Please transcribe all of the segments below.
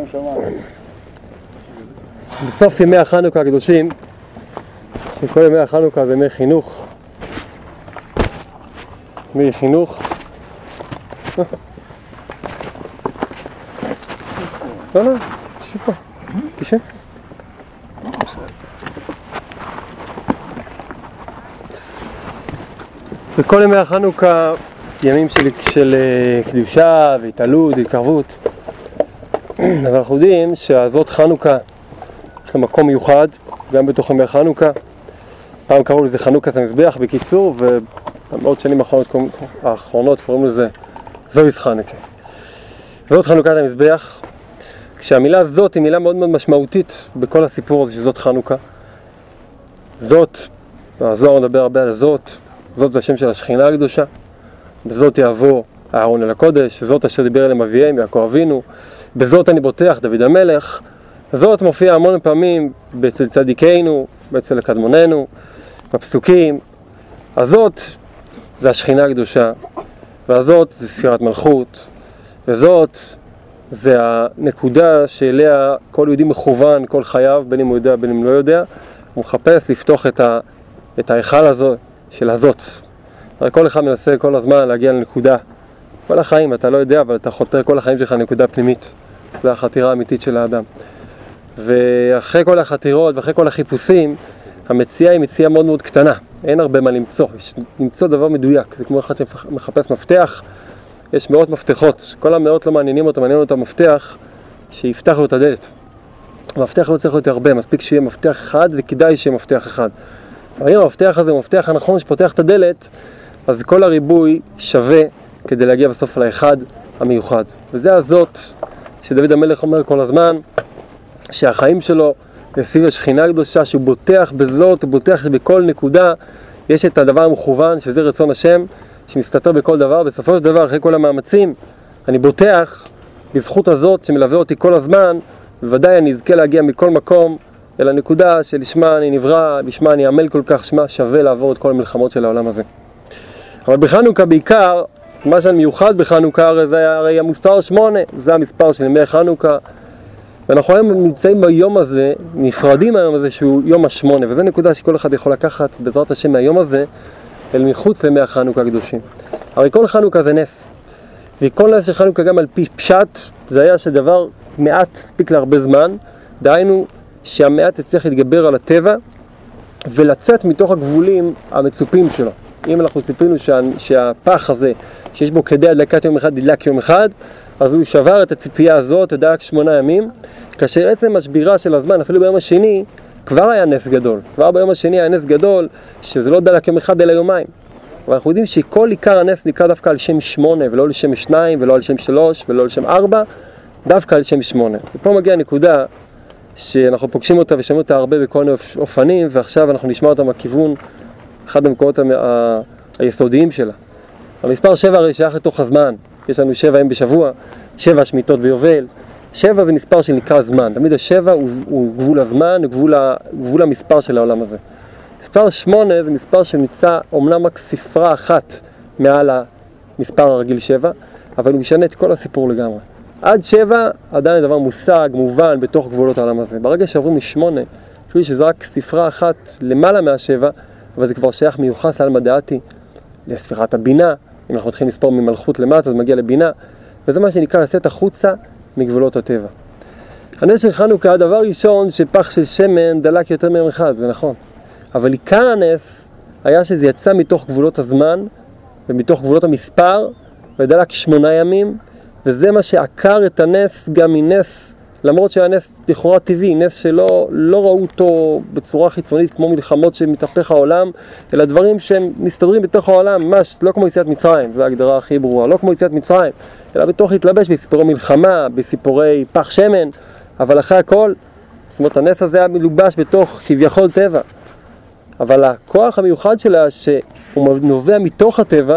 בסוף ימי החנוכה הקדושים, שכל ימי החנוכה זה ימי חינוך, ימי חינוך, לא, תשב פה, תשב. וכל ימי החנוכה ימים של קדושה והתעלות והתקרבות, אבל אנחנו יודעים שהזאת חנוכה יש לה מקום מיוחד גם בתוך ימי חנוכה. פעם קראו לזה חנוכת המזבח בקיצור, ובמאות שנים האחרונות קוראים לזה זויס חנוכה. זאת חנוכת המזבח, כשהמילה זאת היא מילה מאוד מאוד משמעותית בכל הסיפור הזה שזאת חנוכה. זאת, הזוהר מדבר הרבה על זאת, זאת זה השם של השכינה הקדושה, בזאת יעבור אהרון אל הקודש, זאת אשר דיבר אליהם אביהם, יעקב אבינו, בזאת אני בוטח דוד המלך. זאת מופיע המון פעמים אצל צדיקינו, אצל קדמוננו, בפסוקים. הזאת זה השכינה הקדושה, והזאת זה ספירת מלכות, וזאת זה הנקודה שאליה כל יהודי מכוון כל חייו, בין אם הוא יודע בין אם לא יודע, הוא מחפש לפתוח את ההיכל הזה של הזאת. הרי כל אחד מנסה כל הזמן להגיע לנקודה, כל החיים אתה לא יודע, אבל אתה חותר כל החיים שלך לנקודה פנימית, זו החתירה האמיתית של האדם. ואחרי כל החתירות ואחרי כל החיפושים, המציאה היא מציאה מאוד מאוד קטנה, אין הרבה מה למצוא, יש למצוא דבר מדויק, זה כמו אחד שמחפש מפתח, יש מאות מפתחות, כל המאות לא מעניינים אותו, מעניין אותו המפתח שיפתח לו את הדלת. המפתח לא צריך להיות הרבה, מספיק שיהיה מפתח אחד וכדאי שיהיה מפתח אחד. אבל אם המפתח הזה הוא מפתח הנכון שפותח את הדלת, אז כל הריבוי שווה כדי להגיע בסוף לאחד המיוחד. וזה הזאת שדוד המלך אומר כל הזמן, שהחיים שלו לסביב השכינה הקדושה, שהוא בוטח בזאת, הוא בוטח שבכל נקודה יש את הדבר המכוון, שזה רצון השם, שמסתתר בכל דבר. בסופו של דבר, אחרי כל המאמצים, אני בוטח בזכות הזאת שמלווה אותי כל הזמן, בוודאי אני אזכה להגיע מכל מקום אל הנקודה שלשמה אני נברא, לשמה אני עמל כל כך, שמה שווה לעבור את כל המלחמות של העולם הזה. אבל בחנוכה בעיקר, מה שמיוחד בחנוכה זה הרי המספר 8, זה המספר של ימי חנוכה, ואנחנו היום נמצאים ביום הזה, נפרדים מהיום הזה שהוא יום ה8, וזו נקודה שכל אחד יכול לקחת בעזרת השם מהיום הזה אל מחוץ לימי החנוכה הקדושים. הרי כל חנוכה זה נס, וכל נס של חנוכה גם על פי פשט, זה היה שדבר מעט ספיק להרבה זמן, דהיינו שהמעט יצליח להתגבר על הטבע ולצאת מתוך הגבולים המצופים שלו. אם אנחנו ציפינו שהפח הזה שיש בו כדי הדלקת יום אחד דלק יום אחד, אז הוא שבר את הציפייה הזאת, דלק 8 ימים, כאשר עצם השבירה של הזמן, אפילו ביום השני, כבר היה נס גדול. כבר ביום השני היה נס גדול, שזה לא דלק יום אחד אלא יומיים. אבל אנחנו יודעים שכל עיקר הנס נקרא דווקא על שם 8, ולא על שם 2, ולא על שם 3, ולא על שם 4, דווקא על שם 8. ופה מגיעה נקודה שאנחנו פוגשים אותה ושומעים אותה הרבה בכל מיני אופנים, ועכשיו אנחנו נשמע אותה מהכיוון, אחד המקומות היסודיים שלה. המספר 7 הרי שייך לתוך הזמן. יש לנו 7 ימים בשבוע, 7 שמיטות ביובל. 7 זה מספר שנקרא זמן. תמיד ה7 הוא גבול הזמן, הוא גבול המספר של העולם הזה. מספר 8 זה מספר שנמצא אומנם רק ספרה אחת מעל המספר הרגיל 7, אבל הוא משנה את כל הסיפור לגמרי. עד 7 עדיין דבר מושג, מובן בתוך גבולות העולם הזה. ברגע שעוברים מ8, אפילו שזה רק ספרה אחת למעלה מה7, אבל זה כבר שייך מיוחס על מדעתי לספירת הבינה. אם אנחנו מתחילים לספור ממלכות למטה, אז מגיע לבינה, וזה מה שנקרא לצאת החוצה מגבולות הטבע. הנס של חנוכה, הדבר ראשון שפח של שמן דלק יותר מיום אחד, זה נכון. אבל עיקר הנס היה שזה יצא מתוך גבולות הזמן, ומתוך גבולות המספר, ודלק 8 ימים, וזה מה שעקר את הנס גם מנס, למרות שהיה נס לכאורה טבעי, נס שלא ראו אותו בצורה חיצונית כמו מלחמות שמתהפך העולם, אלא דברים שהם מסתדרים בתוך העולם, ממש לא כמו יציאת מצרים, זו ההגדרה הכי ברורה, לא כמו יציאת מצרים, אלא בתוך התלבש בסיפורי מלחמה, בסיפורי פח שמן, אבל אחרי הכל, זאת אומרת הנס הזה היה מלובש בתוך כביכול טבע, אבל הכוח המיוחד שלה שהוא נובע מתוך הטבע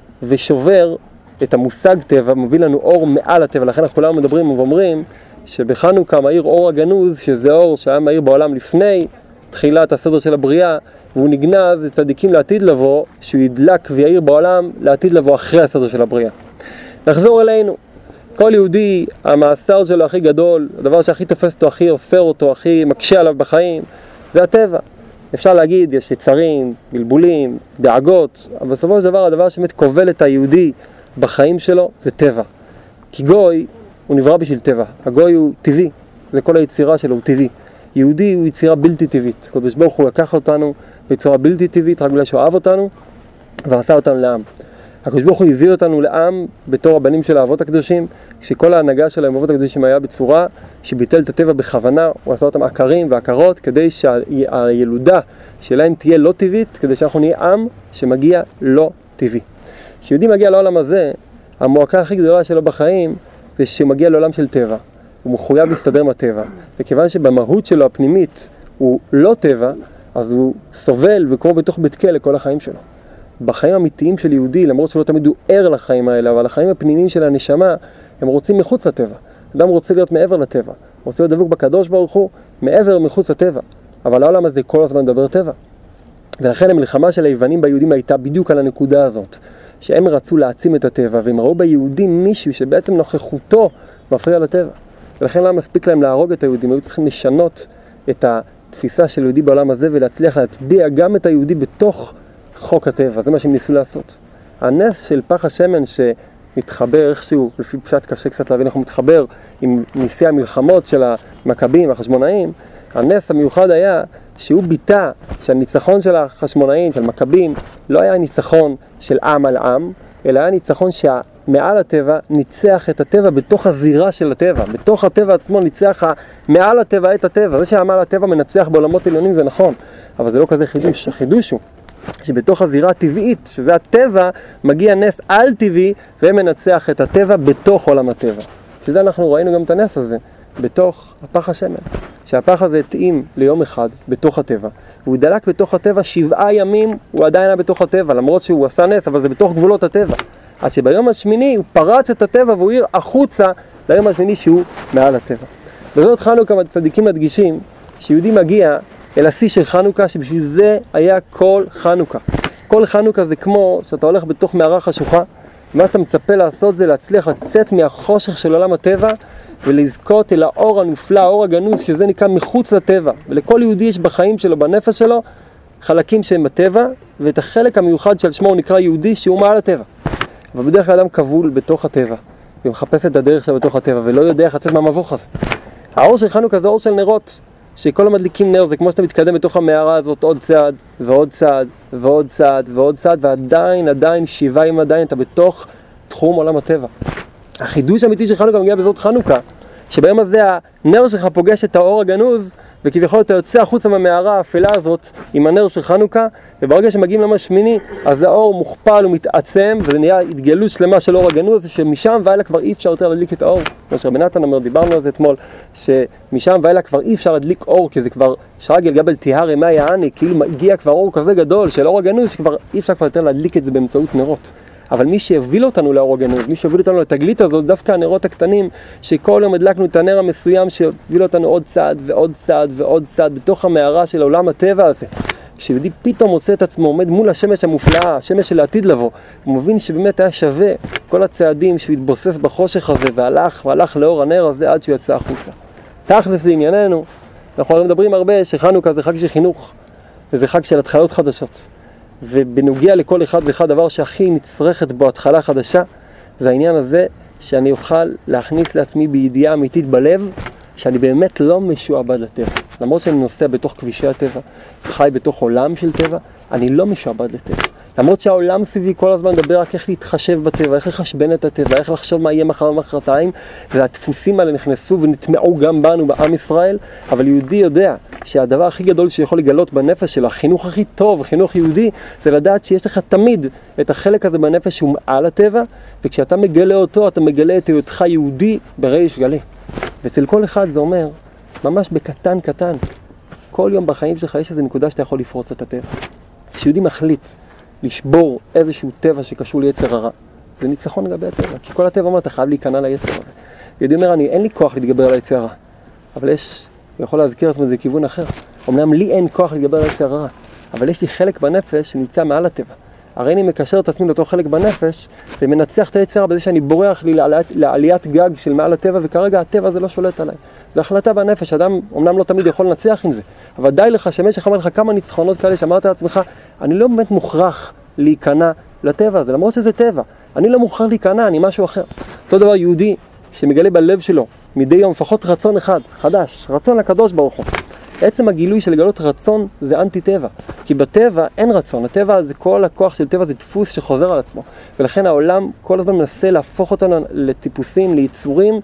ושובר את המושג טבע, מביא לנו אור מעל הטבע, לכן אנחנו כולנו מדברים ואומרים שבחנוכה מאיר אור הגנוז, שזה אור שהיה מאיר בעולם לפני תחילת הסדר של הבריאה, והוא נגנז לצדיקים לעתיד לבוא, שהוא ידלק ויעיר בעולם לעתיד לבוא אחרי הסדר של הבריאה. נחזור אלינו. כל יהודי, המאסר שלו הכי גדול, הדבר שהכי תופס אותו, הכי אוסר אותו, הכי מקשה עליו בחיים, זה הטבע. אפשר להגיד, יש יצרים, בלבולים, דאגות, אבל בסופו של דבר, הדבר שבאמת כובל את היהודי בחיים שלו, זה טבע. כי גוי, הוא נברא בשביל טבע. הגוי הוא טבעי, זה כל היצירה שלו, הוא טבעי. יהודי הוא יצירה בלתי טבעית. הקדוש ברוך הוא לקח אותנו בצורה בלתי טבעית, רק בגלל שהוא אהב אותנו, ועשה אותנו לעם. הקדוש ברוך הוא הביא אותנו לעם בתור הבנים של האבות הקדושים, כשכל ההנהגה של האבות הקדושים היה בצורה שביטל את הטבע בכוונה, הוא עשה אותם עקרים ועקרות, כדי שהילודה שלהם תהיה לא טבעית, כדי שאנחנו נהיה עם שמגיע לא טבעי. כשיהודי מגיע לעולם הזה, המועקה הכי גדולה שלו בחיים, זה שהוא מגיע לעולם של טבע. הוא מחויב להסתדר עם הטבע. וכיוון שבמהות שלו הפנימית הוא לא טבע, אז הוא סובל וקרוא בתוך בית כלא כל החיים שלו. בחיים האמיתיים של יהודי, למרות שלא תמיד הוא ער לחיים האלה, אבל החיים הפנימיים של הנשמה, הם רוצים מחוץ לטבע. אדם רוצה להיות מעבר לטבע. רוצה להיות דבוק בקדוש ברוך הוא, מעבר מחוץ לטבע. אבל העולם הזה כל הזמן מדבר טבע. ולכן המלחמה של היוונים ביהודים הייתה בדיוק על הנקודה הזאת. שהם רצו להעצים את הטבע, והם ראו ביהודים מישהו שבעצם נוכחותו מפריע לטבע. ולכן לא מספיק להם להרוג את היהודים, היו צריכים לשנות את התפיסה של יהודי בעולם הזה, ולהצליח להטביע גם את היהודי בתוך חוק הטבע. זה מה שהם ניסו לעשות. הנס של פח השמן שמתחבר איכשהו, לפי פשט קשה קצת להבין איך הוא מתחבר עם ניסי המלחמות של המכבים, החשמונאים, הנס המיוחד היה שהוא ביטא שהניצחון של החשמונאים, של מכבים, לא היה ניצחון של עם על עם, אלא היה ניצחון שמעל הטבע ניצח את הטבע בתוך הזירה של הטבע. בתוך הטבע עצמו ניצח מעל הטבע את הטבע. זה שהמעל הטבע מנצח בעולמות עליונים זה נכון, אבל זה לא כזה חידוש. החידוש הוא שבתוך הזירה הטבעית, שזה הטבע, מגיע נס על טבעי ומנצח את הטבע בתוך עולם הטבע. שזה אנחנו ראינו גם את הנס הזה, בתוך הפח השמן. שהפח הזה התאים ליום אחד בתוך הטבע. הוא דלק בתוך הטבע 7 ימים, הוא עדיין היה בתוך הטבע, למרות שהוא עשה נס, אבל זה בתוך גבולות הטבע. עד שביום השמיני הוא פרץ את הטבע והוא העיר החוצה ליום השמיני שהוא מעל הטבע. בזאת חנוכה הצדיקים מדגישים שיהודי מגיע אל השיא של חנוכה, שבשביל זה היה כל חנוכה. כל חנוכה זה כמו שאתה הולך בתוך מערה חשוכה, מה שאתה מצפה לעשות זה להצליח לצאת מהחושך של עולם הטבע, ולזכות אל האור הנפלא, האור הגנוז, שזה נקרא מחוץ לטבע. ולכל יהודי יש בחיים שלו, בנפש שלו, חלקים שהם בטבע, ואת החלק המיוחד של שמו הוא נקרא יהודי, שהוא מעל הטבע. אבל בדרך כלל אדם כבול בתוך הטבע, ומחפש את הדרך שלו בתוך הטבע, ולא יודע איך לצאת מהמבוך הזה. האור של חנוכה זה אור של נרות, שכל המדליקים נר, זה כמו שאתה מתקדם בתוך המערה הזאת עוד צעד, ועוד צעד, ועוד צעד, ועוד צעד, ועדיין 7 ימים עדיין אתה בתוך תחום עולם הטבע. החידוש האמיתי של חנוכה מגיע בזאת חנוכה, שביום הזה הנר שלך פוגש את האור הגנוז, וכביכול אתה יוצא החוצה מהמערה האפלה הזאת עם הנר של חנוכה, וברגע שמגיעים ליום השמיני, אז האור מוכפל ומתעצם, וזה נהיה התגלות שלמה של אור הגנוז, שמשם ואלה כבר אי אפשר יותר להדליק את האור. כמו שרבי נתן אומר, דיברנו על זה אתמול, שמשם ואלה כבר אי אפשר להדליק אור, כי זה כבר שרגל גבל תיהרי מה יעני, כאילו מגיע כבר אור כזה גדול של אור הגנוז, שכבר אי אפשר כבר יותר להדליק את זה באמצעות נרות. אבל מי שהוביל אותנו לאור הגנוז, מי שהוביל אותנו לתגלית הזאת, דווקא הנרות הקטנים, שכל יום הדלקנו את הנר המסוים שהוביל אותנו עוד צעד ועוד צעד ועוד צעד בתוך המערה של עולם הטבע הזה. כשיהודי פתאום מוצא את עצמו עומד מול השמש המופלאה, השמש של העתיד לבוא, הוא מבין שבאמת היה שווה כל הצעדים שהוא התבוסס בחושך הזה והלך לאור הנר הזה עד שהוא יצא החוצה. תכלס לענייננו, אנחנו מדברים הרבה שחנוכה זה חג של חינוך, וזה חג של התחלות חדשות. ובנוגע לכל אחד ואחד דבר שהכי נצרכת בו התחלה חדשה, זה העניין הזה שאני אוכל להכניס לעצמי בידיעה אמיתית בלב, שאני באמת לא משועבד לטבע. למרות שאני נוסע בתוך כבישי הטבע, חי בתוך עולם של טבע, אני לא משועבד לטבע. למרות שהעולם סביבי כל הזמן מדבר רק איך להתחשב בטבע, איך לחשבן את הטבע, איך לחשוב מה יהיה מחר ומחרתיים, והדפוסים האלה נכנסו ונטמעו גם בנו בעם ישראל, אבל יהודי יודע שהדבר הכי גדול שיכול לגלות בנפש שלו, החינוך הכי טוב, חינוך יהודי, זה לדעת שיש לך תמיד את החלק הזה בנפש שהוא מעל הטבע, וכשאתה מגלה אותו, אתה מגלה את היותך יהודי בריש גלי. ואצל כל אחד זה אומר, ממש בקטן קטן, כל יום בחיים שלך יש איזו נקודה שאתה יכול לפרוץ את הטבע. כשיהודי מחליט לשבור איזשהו טבע שקשור ליצר הרע, זה ניצחון לגבי הטבע, כי כל הטבע אומר, אתה חייב להיכנע ליצר הזה. יהודי אומר, אין לי כוח להתגבר על היצר הרע, אבל יש, הוא יכול להזכיר את זה כיוון אחר. אמנם לי אין כוח להתגבר על היצר הרע, אבל יש לי חלק בנפש שנמצא מעל הטבע. הרי אני מקשר את עצמי לאותו חלק בנפש, ומנצח את היצר בזה שאני בורח לי לעליית גג של מעל הטבע, וכרגע הטבע זה לא שולט עליי. זו החלטה בנפש, אדם אומנם לא תמיד יכול לנצח עם זה, אבל די לך שמשך אמר לך כמה ניצחונות כאלה שאמרת לעצמך, אני לא באמת מוכרח להיכנע לטבע הזה, למרות שזה טבע. אני לא מוכרח להיכנע, אני משהו אחר. אותו דבר יהודי שמגלה בלב שלו מדי יום לפחות רצון אחד, חדש, רצון לקדוש ברוך הוא. עצם הגילוי של לגלות רצון זה אנטי טבע, כי בטבע אין רצון, הטבע זה כל הכוח של טבע, זה דפוס שחוזר על עצמו, ולכן העולם כל הזמן מנסה להפוך אותנו לטיפוסים, ליצורים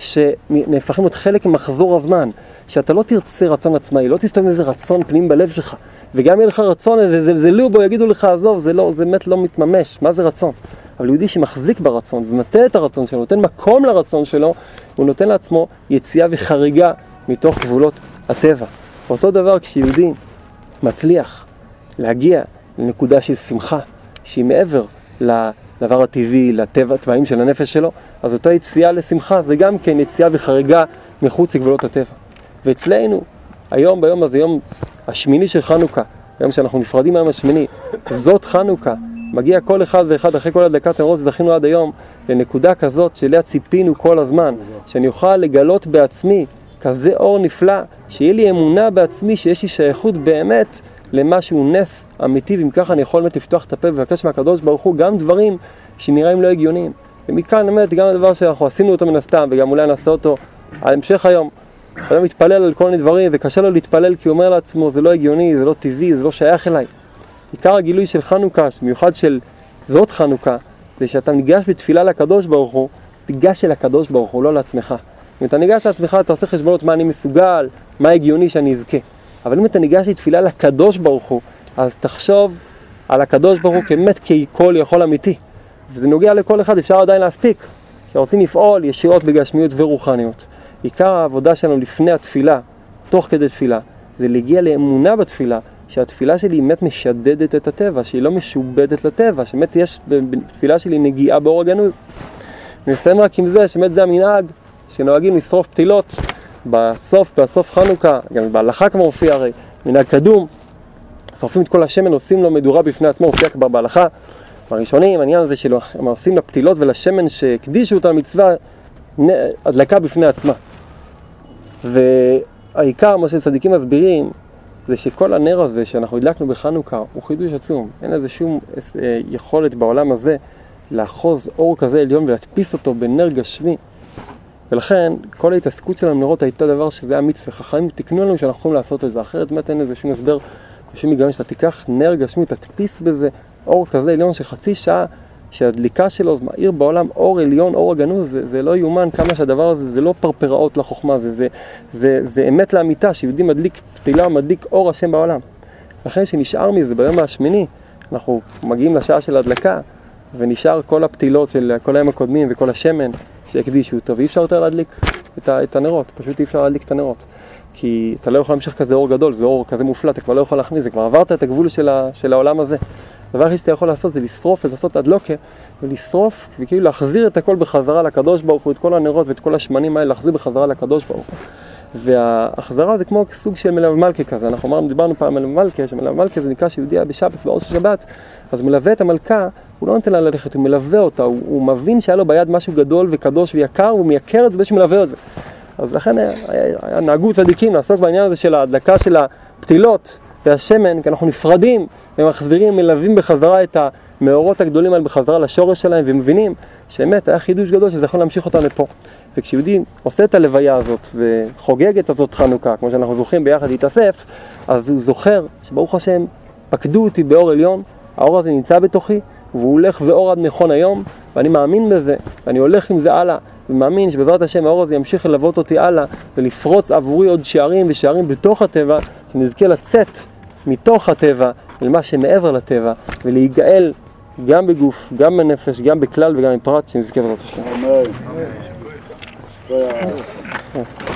שנהפכים להיות חלק ממחזור הזמן, שאתה לא תרצה רצון עצמאי, לא תסתובב איזה רצון פנים בלב שלך, וגם יהיה לך רצון, זלזלו בו, יגידו לך עזוב, זה באמת לא מתממש, מה זה רצון? אבל יהודי שמחזיק ברצון ומטה את הרצון שלו, נותן מקום לרצון שלו, הוא נותן לעצמו יציאה וחריגה מתוך גבולות הטבע. אותו דבר כשיהודי מצליח להגיע לנקודה של שמחה, שהיא מעבר לדבר הטבעי, לטבע, טבעים של הנפש שלו, אז אותה יציאה לשמחה זה גם כן יציאה וחריגה מחוץ לגבולות הטבע. ואצלנו, היום ביום הזה, יום השמיני של חנוכה, היום שאנחנו נפרדים מהיום השמיני, זאת חנוכה, מגיע כל אחד ואחד אחרי כל הדלקת הנרות, זכינו עד היום לנקודה כזאת שאליה ציפינו כל הזמן, שאני אוכל לגלות בעצמי כזה אור נפלא, שיהיה לי אמונה בעצמי שיש לי שייכות באמת למשהו נס אמיתי, ואם ככה אני יכול באמת לפתוח את הפה ולבקש מהקדוש ברוך הוא גם דברים שנראים לא הגיוניים. ומכאן באמת גם הדבר שאנחנו עשינו אותו מן הסתם, וגם אולי נעשה אותו על המשך היום, אדם מתפלל על כל מיני דברים, וקשה לו להתפלל כי הוא אומר לעצמו זה לא הגיוני, זה לא טבעי, זה לא שייך אליי. עיקר הגילוי של חנוכה, במיוחד של זאת חנוכה, זה שאתה ניגש בתפילה לקדוש ברוך הוא, תיגש אל הקדוש ברוך הוא, לא לעצמך. אם אתה ניגש לעצמך, אתה עושה חשבונות מה אני מסוגל, מה הגיוני שאני אזכה. אבל אם אתה ניגש לתפילה לקדוש ברוך הוא, אז תחשוב על הקדוש ברוך הוא כמת ככל יכול אמיתי. וזה נוגע לכל אחד, אפשר עדיין להספיק. כשרוצים לפעול ישירות בגשמיות ורוחניות. עיקר העבודה שלנו לפני התפילה, תוך כדי תפילה, זה להגיע לאמונה בתפילה, שהתפילה שלי באמת משדדת את הטבע, שהיא לא משובדת לטבע, שבאמת יש בתפילה שלי נגיעה באור הגנוז. נסיים רק עם זה, שבאמת זה המנהג שנוהגים לשרוף פתילות בסוף חנוכה, גם בהלכה כמו הופיע הרי, מנהג קדום, שורפים את כל השמן, עושים לו מדורה בפני עצמו, הופיע כבר בהלכה. בראשונים, העניין הזה שלו, הם עושים לפתילות ולשמן שהקדישו אותה למצווה, הדלקה בפני עצמה. והעיקר, מה שצדיקים מסבירים, זה שכל הנר הזה שאנחנו הדלקנו בחנוכה הוא חידוש עצום. אין לזה שום יכולת בעולם הזה לאחוז אור כזה עליון ולהדפיס אותו בנר גשמי. ולכן כל ההתעסקות של הנרות הייתה דבר שזה היה מצווה. חכמים תקנו לנו שאנחנו יכולים לעשות את זה. אחרת באמת אין לזה שום הסבר ושום היגיון שאתה תיקח נר גשמי, תדפיס בזה אור כזה עליון שחצי שעה שהדליקה שלו זה מאיר בעולם אור עליון, אור הגנוז, זה לא יומן כמה שהדבר הזה, זה לא פרפראות לחוכמה, זה אמת לאמיתה, שיהודי מדליק פתילה, מדליק אור השם בעולם. לכן שנשאר מזה ביום השמיני, אנחנו מגיעים לשעה של ההדלקה, ונשאר כל הפתילות של כל היום הקודמים וכל השמן שהקדישו אותו, ואי אפשר יותר להדליק את הנרות, פשוט אי אפשר להדליק את הנרות. כי אתה לא יכול להמשיך כזה אור גדול, זה אור כזה מופלא, אתה כבר לא יכול להכניס, זה כבר עברת את הגבול של העולם הזה. הדבר הכי שאתה יכול לעשות זה לשרוף, לעשות הדלוקה, ולשרוף, וכאילו להחזיר את הכל בחזרה לקדוש ברוך הוא, את כל הנרות ואת כל השמנים האלה, להחזיר בחזרה לקדוש ברוך הוא. וההחזרה זה כמו סוג של מלווה מלכה כזה. אנחנו דיברנו פעם על מלווה מלכה, שמלווה מלכה זה נקרא שיהודי בשבס, באור של שבת, אז הוא מלווה את המלכה, הוא לא נותן לה ללכת, הוא מלווה אותה, הוא מבין שהיה לו ביד משהו גדול וקדוש ויקר, הוא מייקר את זה שהוא מלווה את זה. אז לכן נהגו צדיקים לעסוק בעניין הזה של ההדלקה של הפתילות והשמן, כי אנחנו נפרדים ומחזירים, מלווים בחזרה את המאורות הגדולים האלה בחזרה לשורש שלהם, ומבינים שבאמת היה חידוש גדול שזה יכול להמשיך אותם לפה. וכשיהודי עושה את הלוויה הזאת וחוגג את הזאת חנוכה, כמו שאנחנו זוכים ביחד להתאסף, אז הוא זוכר שברוך השם פקדו אותי באור עליון, האור הזה נמצא בתוכי, והוא הולך ואור עד נכון היום, ואני מאמין בזה, ואני הולך עם זה הלאה, ומאמין שבעזרת השם האור הזה ימשיך ללוות אותי הלאה, ולפרוץ עבורי עוד שערים ושערים בתוך הטבע, שנזכה לצאת מתוך הטבע, למה שמעבר לטבע, ולהיגאל גם בגוף, גם בנפש, גם בכלל וגם בפרט, שנזכה בעזרת השם. אמן.